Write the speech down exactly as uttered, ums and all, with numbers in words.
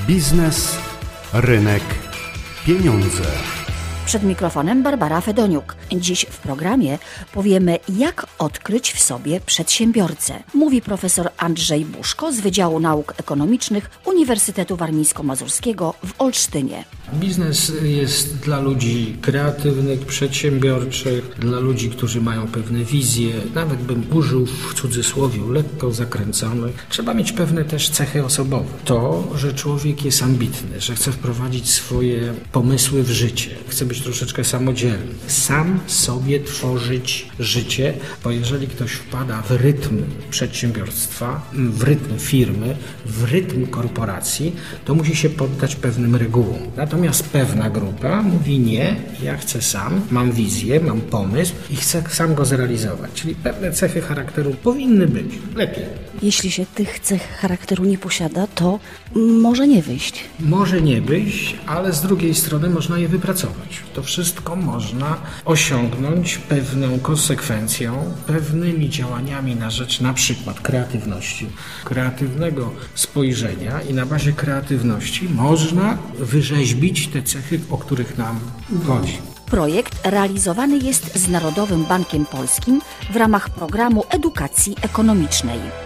Biznes, rynek, pieniądze. Przed mikrofonem Barbara Fedoniuk. Dziś w programie powiemy, jak odkryć w sobie przedsiębiorcę. Mówi profesor Andrzej Buszko z Wydziału Nauk Ekonomicznych Uniwersytetu Warmińsko-Mazurskiego w Olsztynie. Biznes jest dla ludzi kreatywnych, przedsiębiorczych, dla ludzi, którzy mają pewne wizje, nawet bym użył w cudzysłowie lekko zakręconych. Trzeba mieć pewne też cechy osobowe. To, że człowiek jest ambitny, że chce wprowadzić swoje pomysły w życie, chce być troszeczkę samodzielny, sam sobie tworzyć życie, bo jeżeli ktoś wpada w rytm przedsiębiorstwa, w rytm firmy, w rytm korporacji, to musi się poddać pewnym regułom. Natomiast pewna grupa mówi nie, ja chcę sam, mam wizję, mam pomysł i chcę sam go zrealizować. Czyli pewne cechy charakteru powinny być. Lepiej. Jeśli się tych cech charakteru nie posiada, to może nie wyjść. Może nie wyjść, ale z drugiej strony można je wypracować. To wszystko można osiągnąć pewną konsekwencją, pewnymi działaniami na rzecz na przykład kreatywności, kreatywnego spojrzenia i na bazie kreatywności można wyrzeźbić te cechy, o których nam chodzi. Projekt realizowany jest z Narodowym Bankiem Polskim w ramach programu edukacji ekonomicznej.